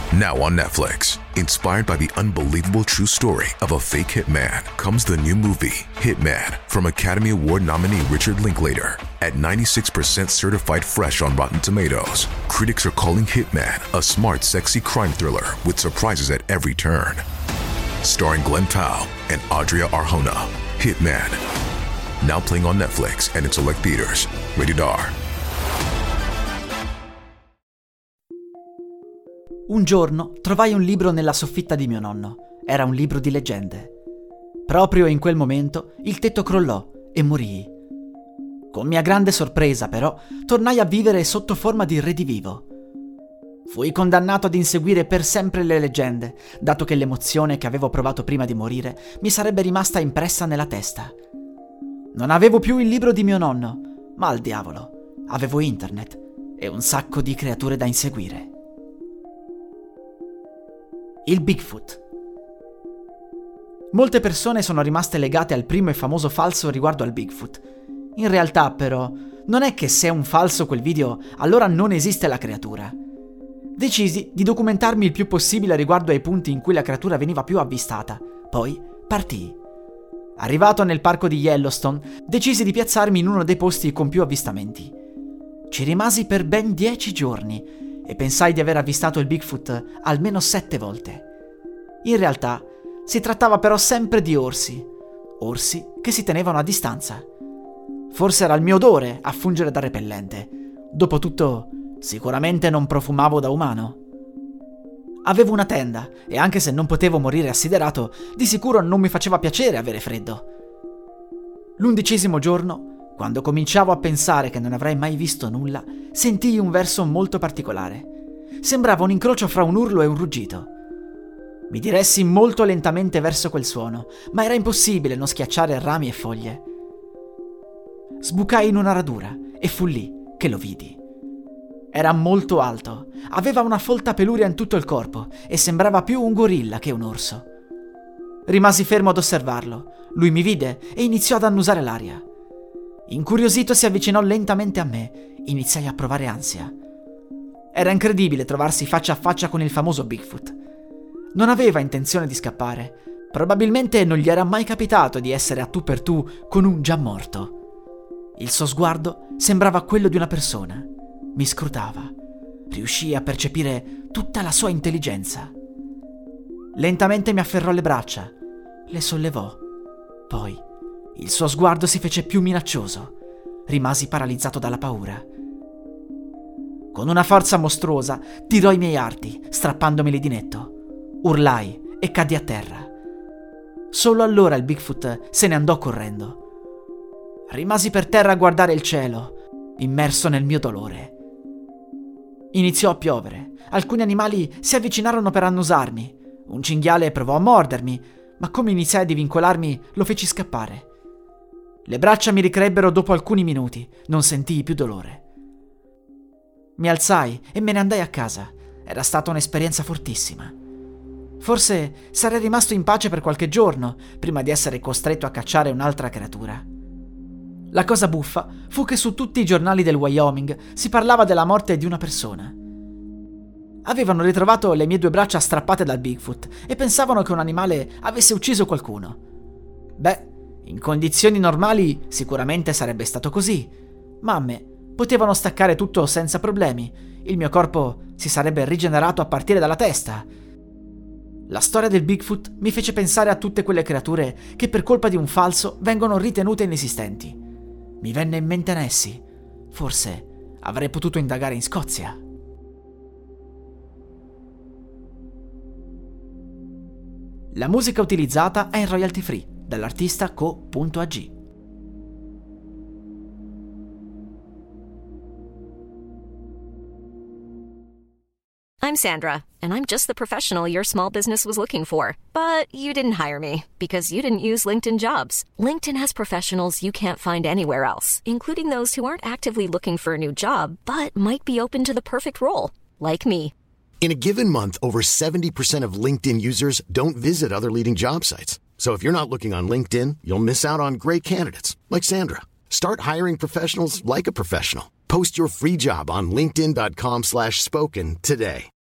Now on Netflix, inspired by the unbelievable true story of a fake hitman, comes the new movie, Hitman, from Academy Award nominee Richard Linklater. At 96% certified fresh on Rotten Tomatoes, critics are calling Hitman a smart, sexy crime thriller with surprises at every turn. Starring Glenn Powell and Adria Arjona, Hitman. Now playing on Netflix and in select theaters. Rated R. Un giorno trovai un libro nella soffitta di mio nonno. Era un libro di leggende. Proprio in quel momento il tetto crollò e morii. Con mia grande sorpresa, però, tornai a vivere sotto forma di redivivo. Fui condannato ad inseguire per sempre le leggende, dato che l'emozione che avevo provato prima di morire mi sarebbe rimasta impressa nella testa. Non avevo più il libro di mio nonno, ma al diavolo, avevo internet e un sacco di creature da inseguire. Il Bigfoot. Molte persone sono rimaste legate al primo e famoso falso riguardo al Bigfoot. In realtà, però, non è che se è un falso quel video, allora non esiste la creatura. Decisi di documentarmi il più possibile riguardo ai punti in cui la creatura veniva più avvistata. Poi partii. Arrivato nel parco di Yellowstone, decisi di piazzarmi in uno dei posti con più avvistamenti. Ci rimasi per ben 10 giorni e pensai di aver avvistato il Bigfoot almeno 7 volte. In realtà si trattava però sempre di orsi che si tenevano a distanza. Forse era il mio odore a fungere da repellente. Dopotutto, sicuramente non profumavo da umano. Avevo una tenda e anche se non potevo morire assiderato, di sicuro non mi faceva piacere avere freddo. L'11° giorno, quando cominciavo a pensare che non avrei mai visto nulla, sentii un verso molto particolare. Sembrava un incrocio fra un urlo e un ruggito. Mi diressi molto lentamente verso quel suono, ma era impossibile non schiacciare rami e foglie. Sbucai in una radura e fu lì che lo vidi. Era molto alto, aveva una folta peluria in tutto il corpo e sembrava più un gorilla che un orso. Rimasi fermo ad osservarlo. Lui mi vide e iniziò ad annusare l'aria. Incuriosito si avvicinò lentamente a me. Iniziai a provare ansia. Era incredibile trovarsi faccia a faccia con il famoso Bigfoot. Non aveva intenzione di scappare. Probabilmente non gli era mai capitato di essere a tu per tu con un già morto. Il suo sguardo sembrava quello di una persona. Mi scrutava. Riuscii a percepire tutta la sua intelligenza. Lentamente mi afferrò le braccia. Le sollevò. Poi il suo sguardo si fece più minaccioso. Rimasi paralizzato dalla paura. Con una forza mostruosa tirò i miei arti, strappandomeli di netto. Urlai e caddi a terra. Solo allora il Bigfoot se ne andò correndo. Rimasi per terra a guardare il cielo, immerso nel mio dolore. Iniziò a piovere. Alcuni animali si avvicinarono per annusarmi. Un cinghiale provò a mordermi, ma come iniziai a divincolarmi, lo feci scappare. Le braccia mi ricrebbero dopo alcuni minuti, non sentii più dolore. Mi alzai e me ne andai a casa. Era stata un'esperienza fortissima. Forse sarei rimasto in pace per qualche giorno, prima di essere costretto a cacciare un'altra creatura. La cosa buffa fu che su tutti i giornali del Wyoming si parlava della morte di una persona. Avevano ritrovato le mie 2 braccia strappate dal Bigfoot e pensavano che un animale avesse ucciso qualcuno. Beh, in condizioni normali sicuramente sarebbe stato così, ma a me potevano staccare tutto senza problemi. Il mio corpo si sarebbe rigenerato a partire dalla testa. La storia del Bigfoot mi fece pensare a tutte quelle creature che per colpa di un falso vengono ritenute inesistenti. Mi venne in mente Nessie. Forse avrei potuto indagare in Scozia. La musica utilizzata è in royalty free dall'artista co.ag. I'm Sandra, and I'm just the professional your small business was looking for. But you didn't hire me because you didn't use LinkedIn Jobs. LinkedIn has professionals you can't find anywhere else, including those who aren't actively looking for a new job, but might be open to the perfect role, like me. In a given month, over 70% of LinkedIn users don't visit other leading job sites. So if you're not looking on LinkedIn, you'll miss out on great candidates like Sandra. Start hiring professionals like a professional. Post your free job on linkedin.com/spoken today.